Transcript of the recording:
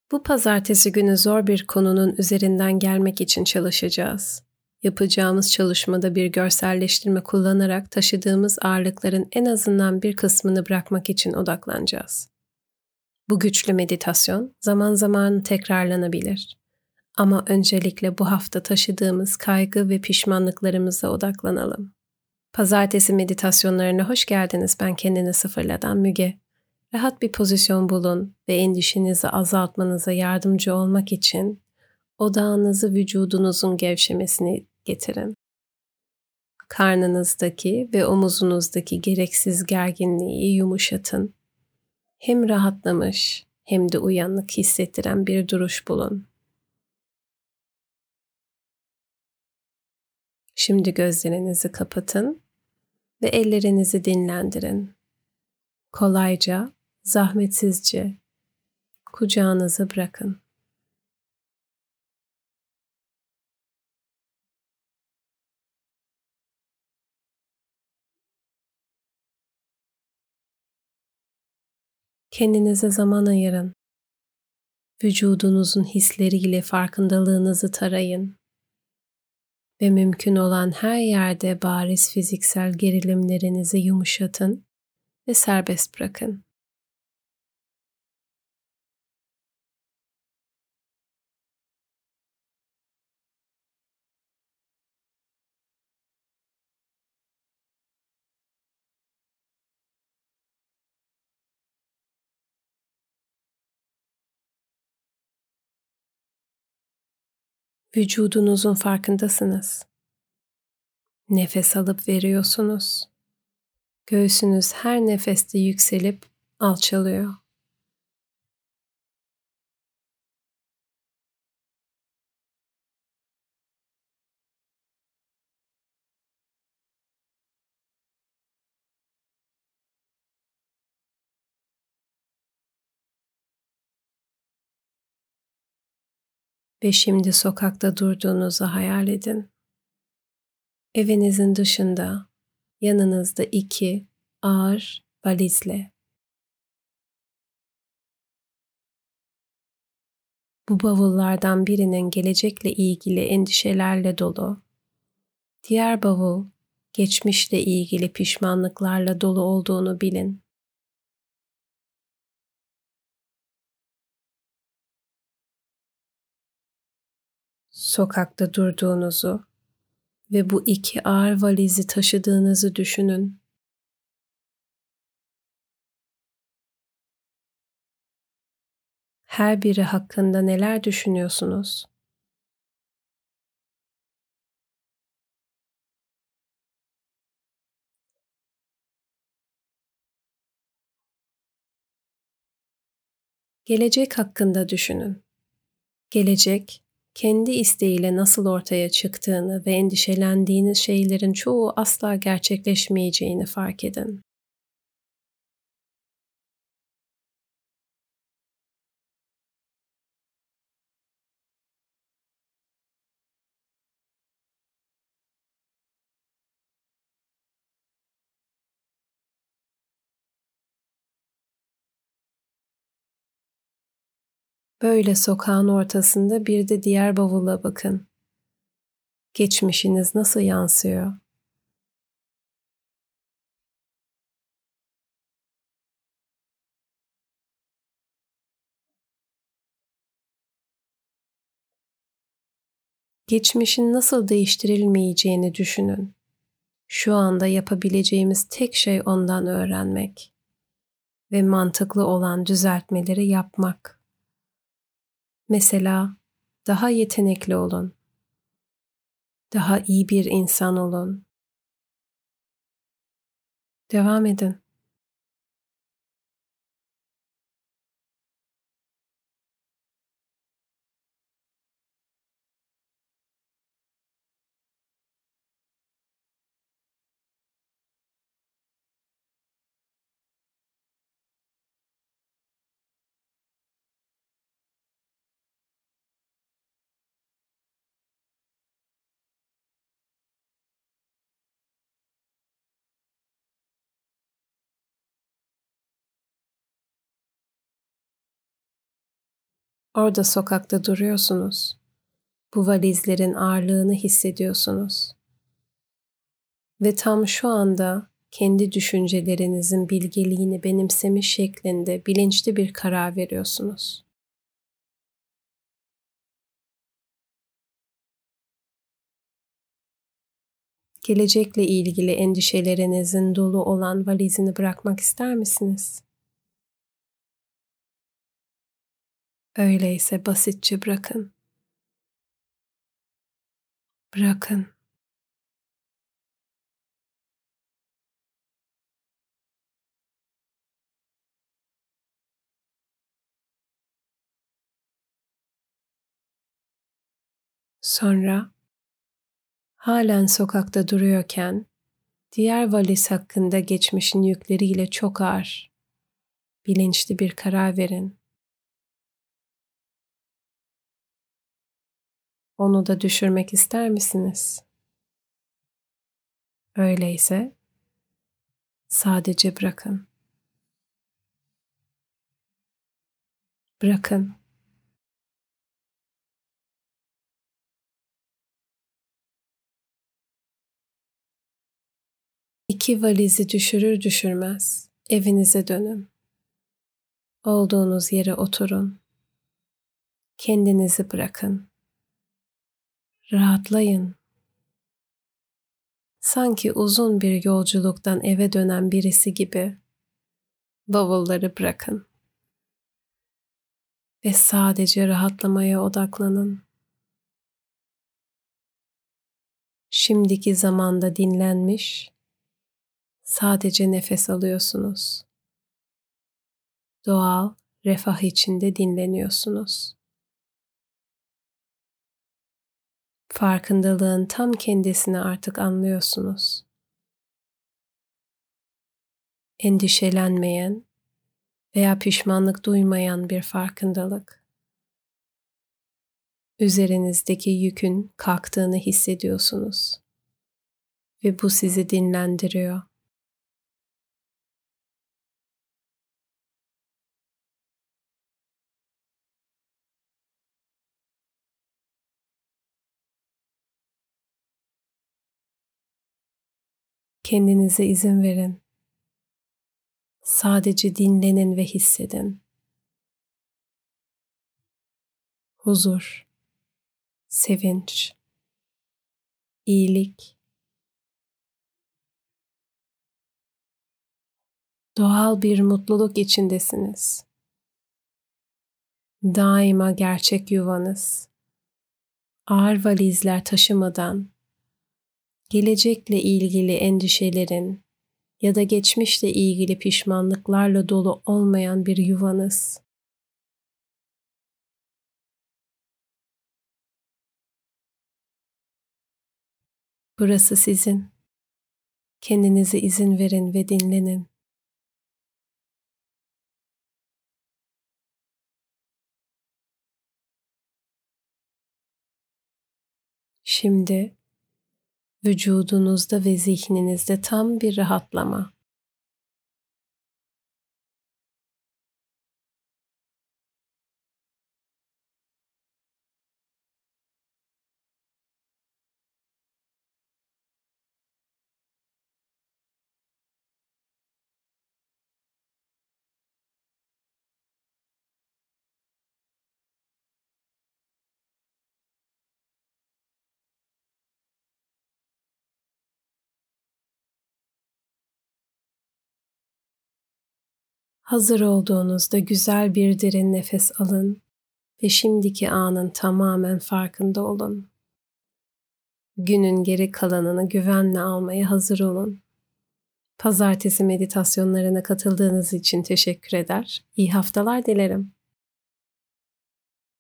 Bu pazartesi günü zor bir konunun üzerinden gelmek için çalışacağız. Yapacağımız çalışmada bir görselleştirme kullanarak taşıdığımız ağırlıkların en azından bir kısmını bırakmak için odaklanacağız. Bu güçlü meditasyon zaman zaman tekrarlanabilir. Ama öncelikle bu hafta taşıdığımız kaygı ve pişmanlıklarımıza odaklanalım. Pazartesi meditasyonlarına hoş geldiniz. Ben kendini sıfırladan Müge. Rahat bir pozisyon bulun ve endişenizi azaltmanıza yardımcı olmak için odağınızı vücudunuzun gevşemesine getirin. Karnınızdaki ve omuzunuzdaki gereksiz gerginliği yumuşatın. Hem rahatlamış hem de uyanık hissettiren bir duruş bulun. Şimdi gözlerinizi kapatın ve ellerinizi dinlendirin. Kolayca, zahmetsizce kucağınıza bırakın. Kendinize zaman ayırın. Vücudunuzun hisleriyle farkındalığınızı tarayın ve mümkün olan her yerde bariz fiziksel gerilimlerinizi yumuşatın ve serbest bırakın. Vücudunuzun farkındasınız. Nefes alıp veriyorsunuz. Göğsünüz her nefeste yükselip alçalıyor. Ve şimdi sokakta durduğunuzu hayal edin. Evinizin dışında, yanınızda 2 ağır valizle. Bu bavullardan birinin gelecekle ilgili endişelerle dolu, diğer bavul geçmişle ilgili pişmanlıklarla dolu olduğunu bilin. Sokakta durduğunuzu ve bu 2 ağır valizi taşıdığınızı düşünün. Her biri hakkında neler düşünüyorsunuz? Gelecek hakkında düşünün. Gelecek, kendi isteğiyle nasıl ortaya çıktığını ve endişelendiğiniz şeylerin çoğu asla gerçekleşmeyeceğini fark edin. Böyle sokağın ortasında bir de diğer bavula bakın. Geçmişiniz nasıl yansıyor? Geçmişin nasıl değiştirilmeyeceğini düşünün. Şu anda yapabileceğimiz tek şey ondan öğrenmek ve mantıklı olan düzeltmeleri yapmak. Mesela daha yetenekli olun, daha iyi bir insan olun. Devam edin. Orada sokakta duruyorsunuz. Bu valizlerin ağırlığını hissediyorsunuz. Ve tam şu anda kendi düşüncelerinizin bilgeliğini benimsemiş şeklinde bilinçli bir karar veriyorsunuz. Gelecekle ilgili endişelerinizin dolu olan valizini bırakmak ister misiniz? Öyleyse basitçe bırakın. Bırakın. Sonra halen sokakta duruyorken diğer valiz hakkında geçmişin yükleriyle çok ağır, bilinçli bir karar verin. Onu da düşürmek ister misiniz? Öyleyse sadece bırakın. Bırakın. İki valizi düşürür düşürmez evinize dönün. Olduğunuz yere oturun. Kendinizi bırakın. Rahatlayın. Sanki uzun bir yolculuktan eve dönen birisi gibi bavulları bırakın ve sadece rahatlamaya odaklanın. Şimdiki zamanda dinlenmiş, sadece nefes alıyorsunuz. Doğal, refah içinde dinleniyorsunuz. Farkındalığın tam kendisini artık anlıyorsunuz. Endişelenmeyen veya pişmanlık duymayan bir farkındalık. Üzerinizdeki yükün kalktığını hissediyorsunuz ve bu sizi dinlendiriyor. Kendinize izin verin. Sadece dinlenin ve hissedin. Huzur, sevinç, iyilik, doğal bir mutluluk içindesiniz. Daima gerçek yuvanız, ağır valizler taşımadan, gelecekle ilgili endişelerin ya da geçmişle ilgili pişmanlıklarla dolu olmayan bir yuvanız. Burası sizin. Kendinize izin verin ve dinlenin. Şimdi vücudunuzda ve zihninizde tam bir rahatlama. Hazır olduğunuzda güzel bir derin nefes alın ve şimdiki anın tamamen farkında olun. Günün geri kalanını güvenle almaya hazır olun. Pazartesi meditasyonlarına katıldığınız için teşekkür eder. İyi haftalar dilerim.